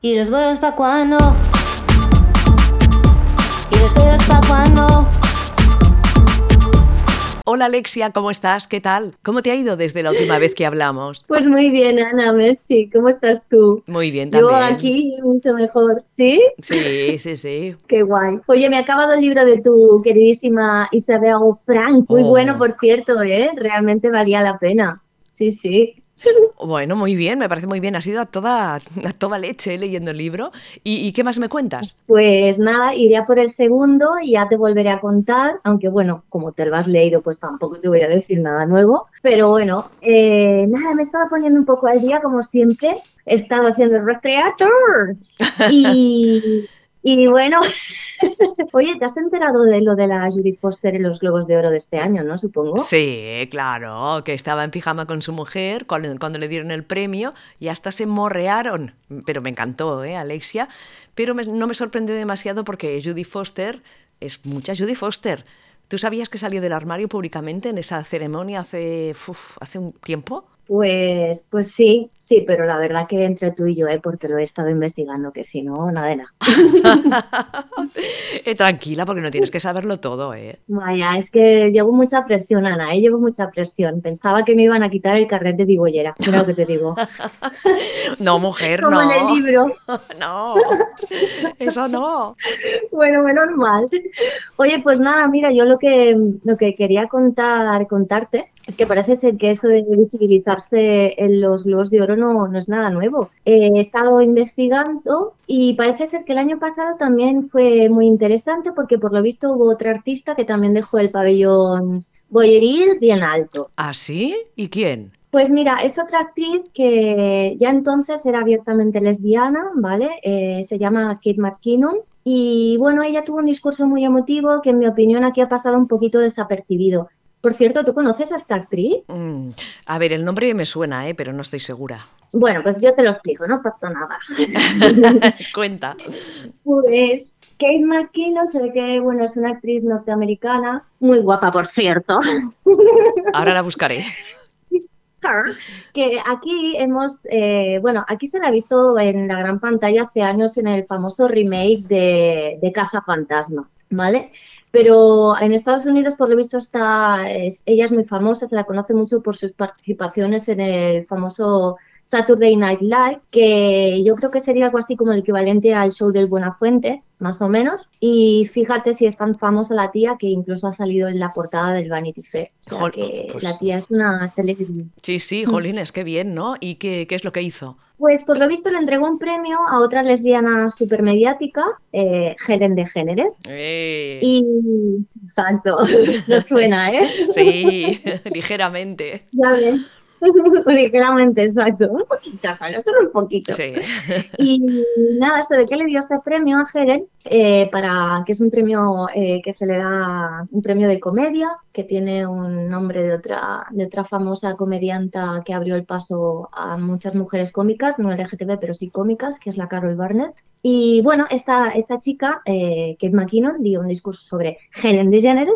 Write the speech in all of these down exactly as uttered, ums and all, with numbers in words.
¿Y los bolos pa' cuándo? ¿Y los bolos pa' cuándo? Hola Alexia, ¿cómo estás? ¿Qué tal? ¿Cómo te ha ido desde la última vez que hablamos? Pues muy bien, Ana, Messi, ¿cómo estás tú? Muy bien Yo también. aquí mucho mejor, ¿sí? Sí, sí, sí. Qué guay. Oye, me ha acabado el libro de tu queridísima Isabel Frank, muy bueno, Oh, por cierto, ¿eh? Realmente valía la pena. Sí, sí. bueno, muy bien, me parece muy bien. Has ido a toda, a toda leche leyendo el libro. ¿Y, y qué más me cuentas? Pues nada, iré a por el segundo y ya te volveré a contar, aunque bueno, como te lo has leído, pues tampoco te voy a decir nada nuevo. Pero bueno, eh, nada, me estaba poniendo un poco al día, como siempre. He estado haciendo el recreator. Y, y bueno, oye, ¿te has enterado de lo de la Judith Foster en los Globos de Oro de este año, no? Supongo. Sí, claro, que estaba en pijama con su mujer cuando, cuando le dieron el premio y hasta se morrearon. Pero me encantó, ¿eh, Alexia? Pero me- no me sorprendió demasiado porque Judy Foster es mucha Judy Foster. ¿Tú sabías que salió del armario públicamente en esa ceremonia hace, uf, hace un tiempo? Pues, pues sí, sí, pero la verdad que entre tú y yo, ¿eh? Porque lo he estado investigando, que si no, nada de nada. Eh, tranquila, porque no tienes que saberlo todo, ¿eh? Vaya, es que llevo mucha presión, Ana, ¿eh? Llevo mucha presión. Pensaba que me iban a quitar el carnet de bigollera, mira lo que te digo. No, mujer, Como en el no. libro. No, eso no. Bueno, menos mal. Oye, pues nada, mira, yo lo que, lo que quería contar, contarte es que parece ser que eso de visibilizarse en los Globos de Oro no, no es nada nuevo. Eh, he estado investigando y parece ser que el año pasado también fue muy interesante porque por lo visto hubo otra artista que también dejó el pabellón boyeril bien alto. ¿Ah, sí? ¿Y quién? Pues mira, es otra actriz que ya entonces era abiertamente lesbiana, ¿vale? Eh, se llama Kate McKinnon. Y bueno, ella tuvo un discurso muy emotivo que en mi opinión aquí ha pasado un poquito desapercibido. Por cierto, ¿tú conoces a esta actriz? Mm, a ver, el nombre me suena, ¿eh? Pero no estoy segura. Bueno, pues yo te lo explico, no pasa nada. Cuenta. Pues Kate McKinnon se ve que, bueno, es una actriz norteamericana, muy guapa, por cierto. Ahora la buscaré. Her, que aquí hemos, eh, bueno, aquí se la ha visto en la gran pantalla hace años en el famoso remake de, de Cazafantasmas, ¿vale? Pero en Estados Unidos, por lo visto, está, es- ella es muy famosa, se la conoce mucho por sus participaciones en el famoso Saturday Night Live, que yo creo que sería algo así como el equivalente al show del Buenafuente, más o menos. Y fíjate si es tan famosa la tía que incluso ha salido en la portada del Vanity Fair. O sea Jol- que la pues tía es una celebrity. sí, sí, Mm. jolines, qué bien, ¿no? ¿Y qué, qué es lo que hizo? Pues por lo visto le entregó un premio a otra lesbiana supermediática, eh, Helen DeGeneres. Eh, Y, exacto, nos suena, ¿eh? sí, ligeramente. Ya ves. Ligeramente, exacto. Un poquito, solo, solo un poquito. Sí. Y nada, esto de que le dio este premio a Helen, eh, para, que es un premio eh, que se le da, un premio de comedia, que tiene un nombre de otra, de otra famosa comedianta que abrió el paso a muchas mujeres cómicas, no L G T B, pero sí cómicas, que es la Carol Burnett. Y bueno, esta, esta chica, eh, Kate McKinnon, dio un discurso sobre Helen DeGeneres,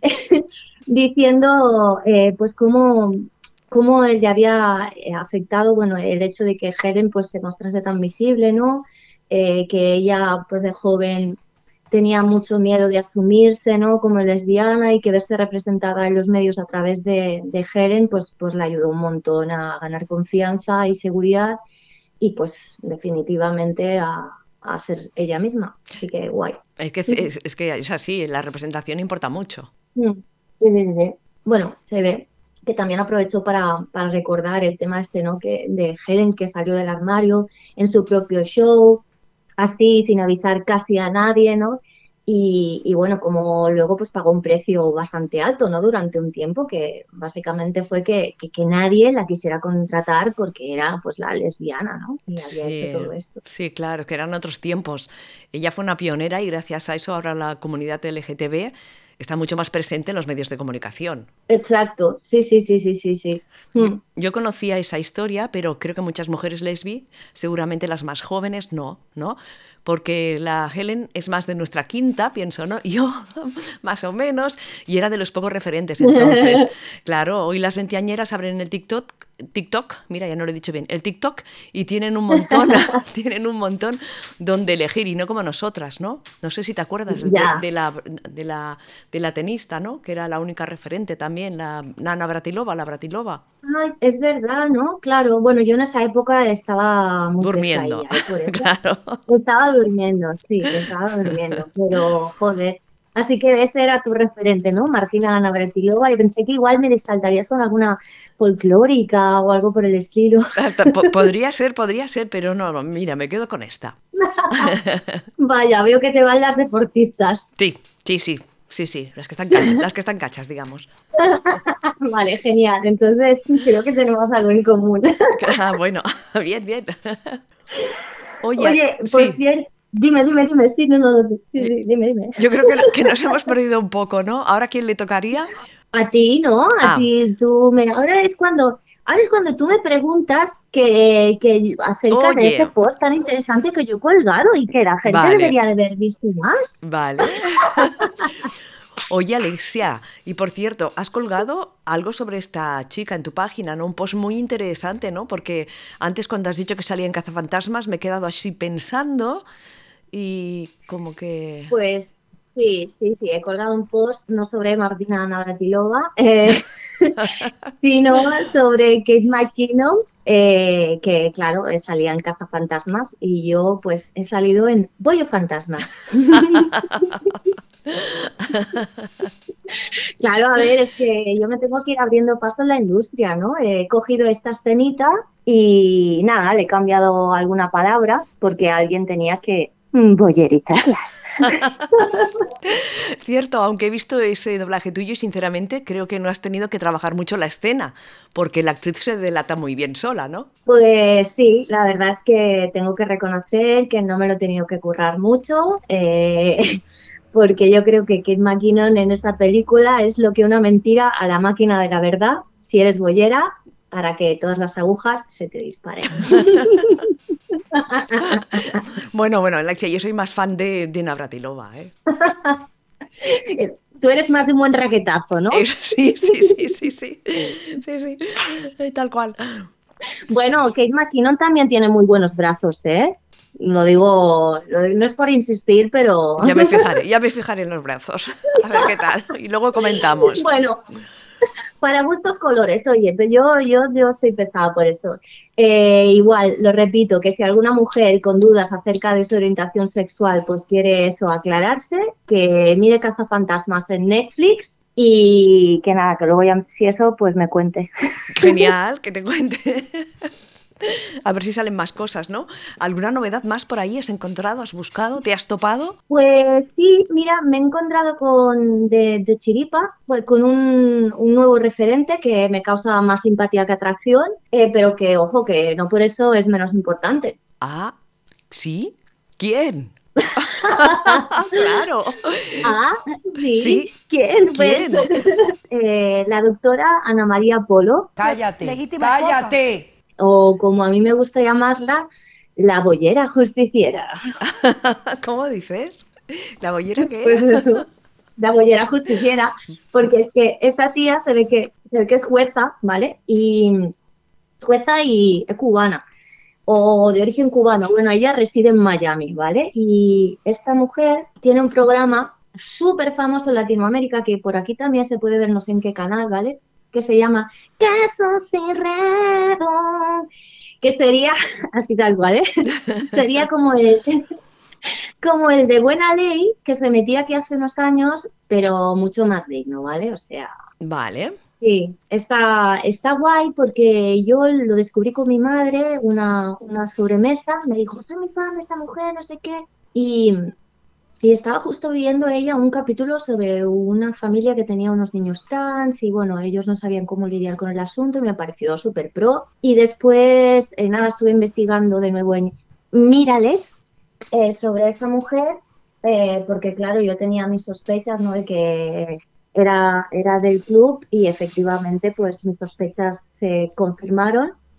diciendo eh, pues cómo cómo le había eh, afectado, bueno, el hecho de que Helen pues se mostrase tan visible, ¿no? Eh, que ella pues de joven tenía mucho miedo de asumirse, ¿no? Como lesbiana y que verse representada en los medios a través de, de Helen pues, pues le ayudó un montón a ganar confianza y seguridad y pues definitivamente a, a ser ella misma. Así que guay. Es que es, es que es así, la representación importa mucho. Mm, sí, sí, sí. Bueno, se ve que también aprovechó para, para recordar el tema este, ¿no? Que, de Helen que salió del armario en su propio show, así, sin avisar casi a nadie, ¿no? Y, y bueno, como luego pues pagó un precio bastante alto, ¿no? Durante un tiempo, que básicamente fue que, que, que nadie la quisiera contratar porque era pues la lesbiana, ¿no? Y había hecho Sí, todo esto. sí, claro, que eran otros tiempos. Ella fue una pionera y gracias a eso ahora la comunidad L G T B está mucho más presente en los medios de comunicación. Exacto, sí, sí, sí, sí, sí, sí. Yo, Mm. yo conocía esa historia, pero creo que muchas mujeres lesbi, seguramente las más jóvenes, no, ¿no? Porque la Helen es más de nuestra quinta, pienso, ¿no? Yo, más o menos, y era de los pocos referentes. Entonces, claro, hoy las veinteañeras abren el TikTok TikTok, mira, ya no lo he dicho bien, el TikTok, y tienen un montón, tienen un montón donde elegir, y no como nosotras, ¿no? No sé si te acuerdas de, Ya. de la, de, la, de la tenista, ¿no? Que era la única referente también, la Nana Bratilova, la Bratilova. Ay, es verdad, ¿no? Claro, bueno, yo en esa época estaba muy Durmiendo, pescadilla, ¿eh? Por eso. claro. Estaba durmiendo, sí, estaba durmiendo, pero joder. Así que ese era tu referente, ¿no? Martina Navratilova. Y pensé que igual me saltarías con alguna folclórica o algo por el estilo. Podría ser, podría ser, pero no, no, mira, me quedo con esta. Vaya, veo que te van las deportistas. Sí, sí, sí, sí, sí, las que están cachas, las que están cachas, digamos. Vale, genial. Entonces creo que tenemos algo en común. Ah, bueno, bien, bien. Oye, Oye, por sí, cierto, dime, dime, dime, sí, no, no, sí, sí, dime, dime. yo creo que, que nos hemos perdido un poco, ¿no? ¿Ahora quién le tocaría? A ti, ¿no? A Ah, ti, tú me... Ahora es cuando, ahora es cuando tú me preguntas que, que acerca de ese oye, post tan interesante que yo he colgado y que la gente vale, debería de haber visto más. vale. Oye, Alexia, y por cierto, has colgado algo sobre esta chica en tu página, ¿no? Un post muy interesante, ¿no? Porque antes cuando has dicho que salía en Cazafantasmas me he quedado así pensando y como que... Pues sí, sí, sí, he colgado un post no sobre Martina Navratilova, eh, sino sobre Kate McKinnon, eh, que claro, eh, salía en Cazafantasmas y yo pues he salido en Bollo Fantasmas. Claro, a ver, es que yo me tengo que ir abriendo paso en la industria, ¿no? He cogido esta escenita y nada, le he cambiado alguna palabra porque alguien tenía que mm, bollerizarlas. Cierto, aunque he visto ese doblaje tuyo y sinceramente creo que no has tenido que trabajar mucho la escena, porque la actriz se delata muy bien sola, ¿no? Pues sí, la verdad es que tengo que reconocer que no me lo he tenido que currar mucho, eh, porque yo creo que Kate McKinnon en esta película es lo que una mentira a la máquina de la verdad, si eres boyera, para que todas las agujas se te disparen. Bueno, bueno, Alexia, yo soy más fan de, de Navratilova, ¿eh? Tú eres más de un buen raquetazo, ¿no? Eh, sí, sí, sí, sí, sí, sí, sí, eh, tal cual. Bueno, Kate McKinnon también tiene muy buenos brazos, ¿eh? Lo digo, lo- no es por insistir, pero Ya me fijaré, ya me fijaré en los brazos, a ver qué tal, y luego comentamos. bueno, para gustos colores, oye, pero yo, yo, yo soy pesada por eso. Eh, igual, lo repito, que si alguna mujer con dudas acerca de su orientación sexual, pues quiere eso aclararse, que mire Cazafantasmas en Netflix y que nada, que luego ya, si eso, pues me cuente. Genial, que te cuente. A ver si salen más cosas, ¿no? ¿Alguna novedad más por ahí has encontrado, has buscado, te has topado? Pues sí, mira, me he encontrado con de, de chiripa, pues con un, un nuevo referente que me causa más simpatía que atracción, eh, pero que, ojo, que no por eso es menos importante. Ah, ¿sí? ¿Quién? Claro. Ah, sí, Sí, ¿quién? Pues ¿quién? eh, la doctora Ana María Polo, Cállate, Legítima esposa. cállate. o como a mí me gusta llamarla, la boyera justiciera. ¿Cómo dices? ¿La bollera qué? Pues eso, la boyera justiciera, porque es que esta tía se ve que, se ve que es jueza, ¿vale? Y jueza y es cubana, o de origen cubano. Bueno, ella reside en Miami, ¿vale? Y esta mujer tiene un programa súper famoso en Latinoamérica, que por aquí también se puede ver, no sé en qué canal, ¿vale? Que se llama Casos Enredo, que sería, así tal cual, ¿eh? Sería como el, como el de Buena Ley, que se metía aquí hace unos años, pero mucho más digno, ¿vale? O sea, Vale. sí, está, está guay porque yo lo descubrí con mi madre, una, una sobremesa, me dijo, soy muy fan de esta mujer, no sé qué, y, y estaba justo viendo ella un capítulo sobre una familia que tenía unos niños trans y bueno, ellos no sabían cómo lidiar con el asunto y me pareció súper pro. Y después, eh, nada, estuve investigando de nuevo en Mírales eh, sobre esa mujer, eh, porque claro, yo tenía mis sospechas, ¿no? De que era, era del club y efectivamente pues mis sospechas se confirmaron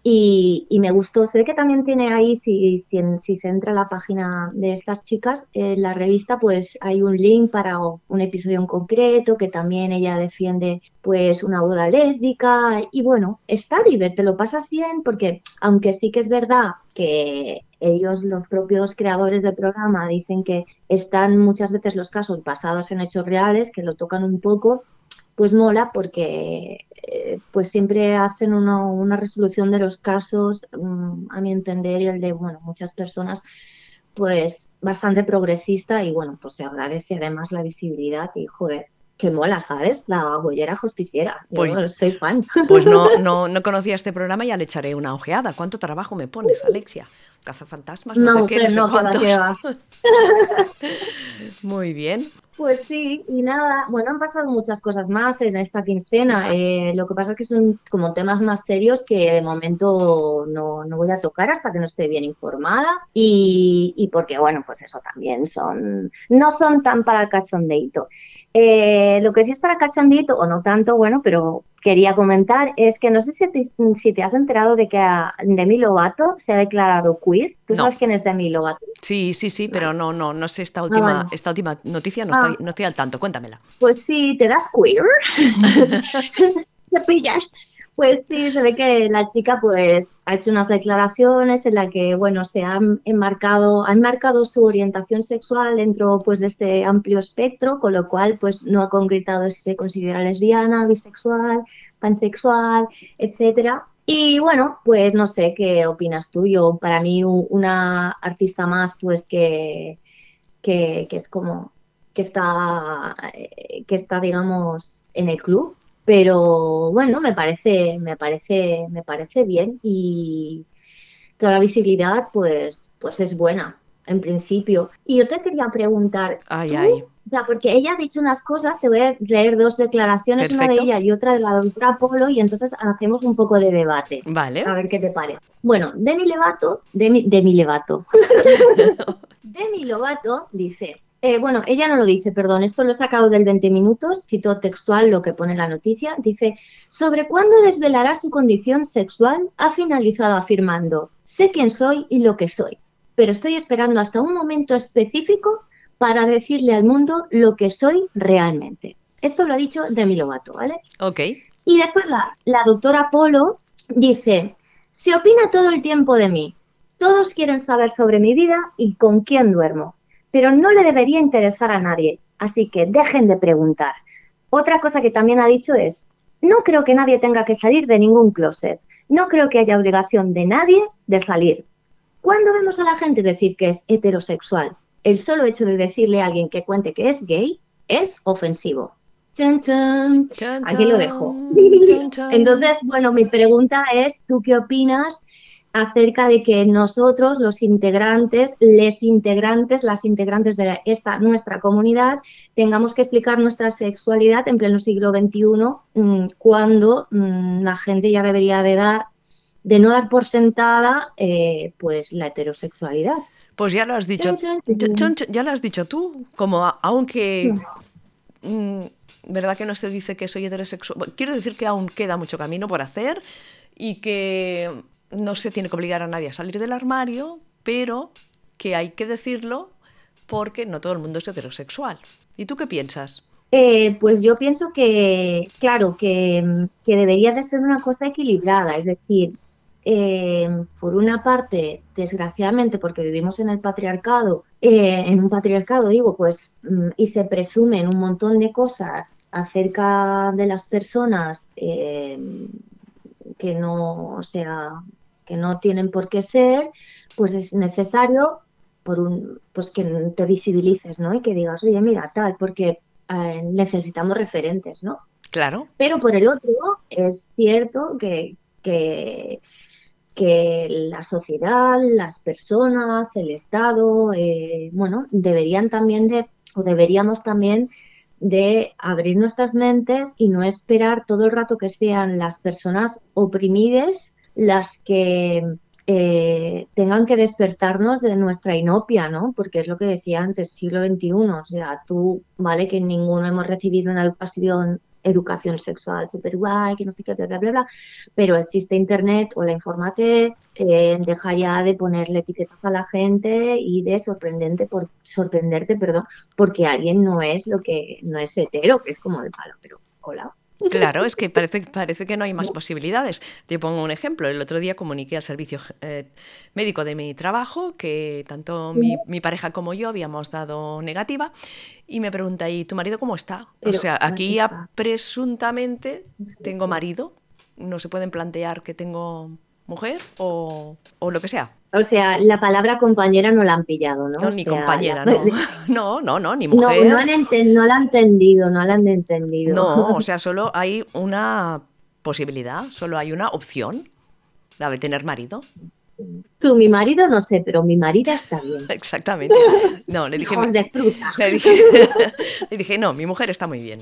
Y, y me gustó. Se ve que también tiene ahí, si, si, en- si se entra a la página de estas chicas, en la revista, pues hay un link para o- un episodio en concreto, que también ella defiende pues una boda lésbica. Y bueno, está divertido, te lo pasas bien, porque aunque sí que es verdad que ellos, los propios creadores del programa, dicen que están muchas veces los casos basados en hechos reales, que lo tocan un poco, pues mola porque eh, pues siempre hacen uno- una resolución de los casos, mm, a mi entender, y el de, bueno, muchas personas, pues bastante progresista y bueno, pues se agradece además la visibilidad y joder, que mola, ¿sabes? La bollera justiciera, Pues, yo soy fan. pues no, no, no conocía este programa, ya le echaré una ojeada. ¿Cuánto trabajo me pones, Alexia? Cazafantasmas, no No, sé qué, no mujer, sé no, que va, que cuántos. va. Muy bien. Pues sí, y nada, bueno, han pasado muchas cosas más en esta quincena. Eh, lo que pasa es que son como temas más serios que de momento no, no voy a tocar hasta que no esté bien informada y, y porque, bueno, pues eso también son, no son tan para el cachondeíto. Eh, lo que sí es para cachondeíto, o no tanto, bueno, pero quería comentar, es que no sé si te, si te has enterado de que a Demi Lovato se ha declarado queer. ¿Tú No. sabes quién es Demi Lovato? Sí, sí, sí, pero Vale. no, no, no sé esta Ah, vale. última, esta última noticia, no Ah, estoy, no estoy al tanto. Cuéntamela. pues sí, te das queer. ¿Te pillas? Pues sí, se ve que la chica pues ha hecho unas declaraciones en las que, bueno, se ha enmarcado, ha enmarcado su orientación sexual dentro pues de este amplio espectro, con lo cual pues no ha concretado si se considera lesbiana, bisexual, pansexual, etcétera. Y bueno, pues no sé qué opinas tú. Yo, para mí, u- una artista más pues que que, que es como que está, eh, que está, digamos, en el club. Pero bueno, me parece, me parece, me parece bien y toda la visibilidad, pues, pues es buena, en principio. Y yo te quería preguntar, Ay, tú, ay. o sea, porque ella ha dicho unas cosas, te voy a leer dos declaraciones, una de Perfecto. ella y otra de la doctora Polo, y entonces hacemos un poco de debate. Vale. A ver qué te parece. Bueno, Demi Lovato, Demi, Demi Lovato, Demi Lovato dice, eh, bueno, ella no lo dice, perdón, esto lo he sacado del veinte minutos, cito textual lo que pone en la noticia, dice, sobre cuándo desvelará su condición sexual, ha finalizado afirmando, sé quién soy y lo que soy, pero estoy esperando hasta un momento específico para decirle al mundo lo que soy realmente. Esto lo ha dicho Demi Lovato, ¿vale? Ok. Y después la, la doctora Polo dice, se opina todo el tiempo de mí. Todos quieren saber sobre mi vida y con quién duermo, pero no le debería interesar a nadie, así que dejen de preguntar. Otra cosa que también ha dicho es, no creo que nadie tenga que salir de ningún closet. No creo que haya obligación de nadie de salir. Cuando vemos a la gente decir que es heterosexual, el solo hecho de decirle a alguien que cuente que es gay es ofensivo. Chun, chun. Chan, Aquí lo dejo. chan, chan, chan. Entonces, bueno, mi pregunta es, ¿tú qué opinas acerca de que nosotros, los integrantes, les integrantes, las integrantes de esta nuestra comunidad, tengamos que explicar nuestra sexualidad en pleno siglo veintiuno, mmm, cuando mmm, la gente ya debería de dar, de no dar por sentada, eh, pues la heterosexualidad? Pues ya lo has Chun, dicho, chun, ya, chun. chon, chon, ya lo has dicho tú, como a- aunque, mm, ¿verdad que no se dice que soy heterosexual? Bueno, quiero decir que aún queda mucho camino por hacer y que no se tiene que obligar a nadie a salir del armario, pero que hay que decirlo porque no todo el mundo es heterosexual. ¿Y tú qué piensas? Eh, pues yo pienso que, claro, que, mm, que debería de ser una cosa equilibrada, es decir, eh, por una parte, desgraciadamente, porque vivimos en el patriarcado, eh, en un patriarcado, digo, pues, mm, y se presumen un montón de cosas acerca de las personas eh, que no, o sea, que no tienen por qué ser, pues es necesario por un, pues que te visibilices, ¿no? Y que digas, oye, mira, tal, porque eh, necesitamos referentes, ¿no? Claro. Pero por el otro, es cierto que, que, que la sociedad, las personas, el Estado, eh, bueno, deberían también de, o deberíamos también de abrir nuestras mentes y no esperar todo el rato que sean las personas oprimidas las que eh, tengan que despertarnos de nuestra inopia, ¿no? Porque es lo que decía antes, siglo veintiuno, o sea, tú, vale que ninguno hemos recibido una educación educación sexual súper guay, que no sé qué, bla, bla, bla, bla, pero existe internet o la infórmate, eh, deja ya de ponerle etiquetas a la gente y de sorprendente por, sorprenderte, perdón, porque alguien no es lo que, no es hetero, que es como de palo, pero hola. Claro, es que parece, parece que no hay más posibilidades. Te pongo un ejemplo. El otro día comuniqué al servicio eh, médico de mi trabajo que tanto mi, mi pareja como yo habíamos dado negativa y me pregunta, ¿y tu marido cómo está? Pero, o sea, aquí ya está. presuntamente tengo marido. No se pueden plantear que tengo mujer o, o lo que sea. O sea, la palabra compañera no la han pillado, ¿no? No, O ni sea, compañera, la- no. No, no, no, ni no, no mujer. han enten- no la han entendido, no la han entendido. No, o sea, solo hay una posibilidad, solo hay una opción, la de tener marido. Tú, mi marido no sé, pero mi marida está bien. Exactamente. No, le dije, Hijos de fruta. le dije, le dije, no, mi mujer está muy bien.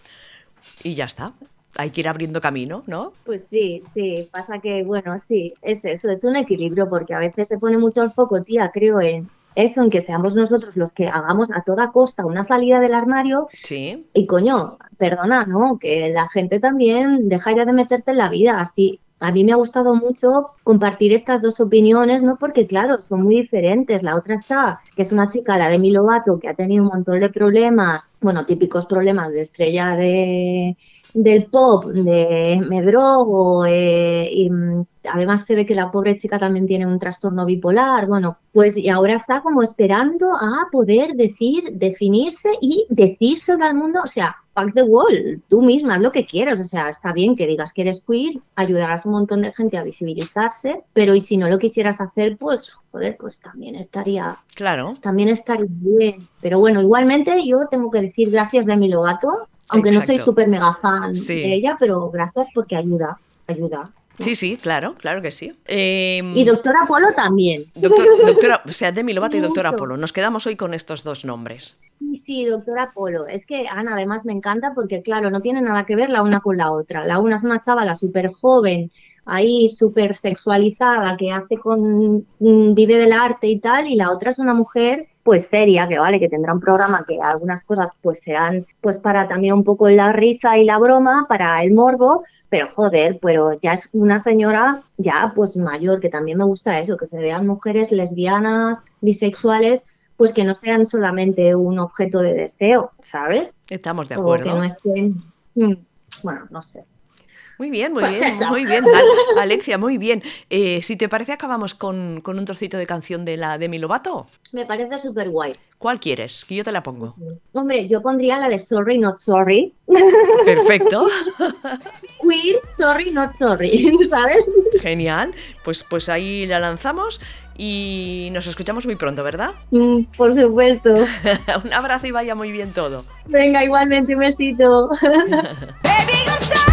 Y ya está. Hay que ir abriendo camino, ¿no? Pues sí, sí, pasa que, bueno, sí, es eso, es un equilibrio, porque a veces se pone mucho el foco, tía, creo, en eso, en que seamos nosotros los que hagamos a toda costa una salida del armario. Sí, Y coño, perdona, ¿no? Que la gente también deja ya de meterte en la vida. Así, a mí me ha gustado mucho compartir estas dos opiniones, ¿no? Porque claro, son muy diferentes. La otra está, que es una chica, la Demi Lovato, que ha tenido un montón de problemas, bueno, típicos problemas de estrella de del pop, de me drogo, eh, y mm, además se ve que la pobre chica también tiene un trastorno bipolar, bueno, pues y ahora está como esperando a poder decir, definirse y decírselo al mundo, o sea, fuck the wall, tú misma, haz lo que quieras, o sea, está bien que digas que eres queer, ayudarás a un montón de gente a visibilizarse, pero y si no lo quisieras hacer, pues, joder, pues también estaría, claro. también estaría bien, pero bueno, igualmente yo tengo que decir gracias Demi Lovato, aunque no soy Exacto. súper mega fan Sí. de ella, pero gracias porque ayuda, ayuda. Sí, sí, claro, claro que sí. Eh, Y Doctora Polo también. doctor, doctora, o sea, Demi Lovato y Doctora Mucho. Polo. Nos quedamos hoy con estos dos nombres. Sí, sí, Doctora Polo. Es que Ana además me encanta porque, claro, no tiene nada que ver la una con la otra. La una es una chavala súper joven, ahí súper sexualizada, que hace con, mm, vive del arte y tal, y la otra es una mujer pues seria, que vale, que tendrá un programa que algunas cosas pues serán pues para también un poco la risa y la broma, para el morbo, pero joder, pero ya es una señora ya pues mayor, que también me gusta eso, que se vean mujeres lesbianas, bisexuales, pues que no sean solamente un objeto de deseo, ¿sabes? Estamos de O que acuerdo. no estén, mm, bueno, no sé. Muy bien, muy Pues bien, eso. muy bien, Al- Alexia, muy bien. Eh, si te parece, acabamos con, con un trocito de canción de la Demi Lovato. Me parece súper guay. ¿Cuál quieres? Que yo te la pongo. Hombre, yo pondría la de Sorry Not Sorry. Perfecto. Queer, Sorry Not Sorry, ¿sabes? Genial. Pues, pues ahí la lanzamos y nos escuchamos muy pronto, ¿verdad? Mm, por supuesto. Un abrazo y vaya muy bien todo. Venga, igualmente un besito. Baby, I'm sorry.